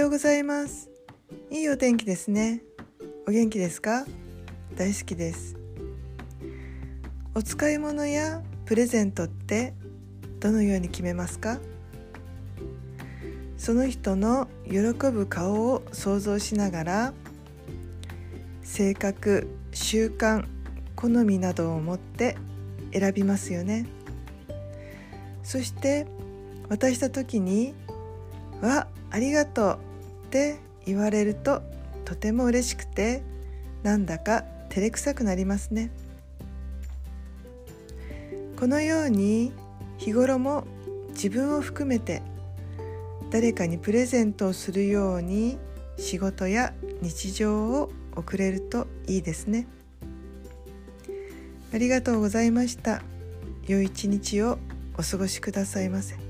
ようございます。いいお天気ですね。お元気ですか？大好きです。お使い物やプレゼントってどのように決めますか？その人の喜ぶ顔を想像しながら、性格、習慣、好みなどを持って選びますよね。そして渡した時にありがとうって言われるととても嬉しくて、なんだか照れくさくなりますね。このように日頃も自分を含めて誰かにプレゼントをするように仕事や日常を送れるといいですね。ありがとうございました。良い一日をお過ごしくださいませ。